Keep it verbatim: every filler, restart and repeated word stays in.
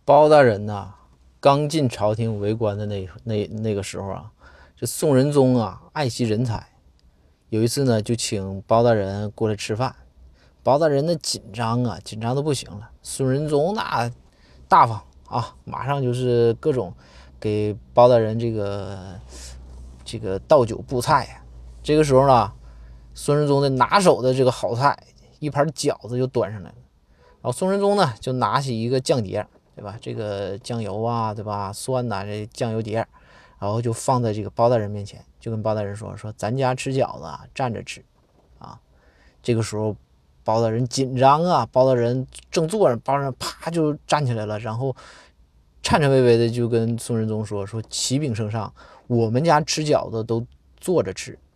包大人呐，刚进朝廷为官的那那那个时候啊，这宋仁宗啊爱惜人才，有一次呢就请包大人过来吃饭，包大人呢紧张啊，紧张的不行了。宋仁宗那大方啊，马上就是各种给包大人这个这个倒酒布菜呀、啊。这个时候呢，宋仁宗的拿手的这个好菜，一盘饺子就端上来了。然后宋仁宗呢就拿起一个酱碟，对吧？这个酱油啊，对吧？蒜呐、啊，这酱油碟，然后就放在这个包大人面前，就跟包大人说：“说咱家吃饺子啊，站着吃啊。”这个时候，包大人紧张啊，包大人正坐着，包大人啪就站起来了，然后颤颤巍巍的就跟宋仁宗说：“说启禀圣上，我们家吃饺子都坐着吃。”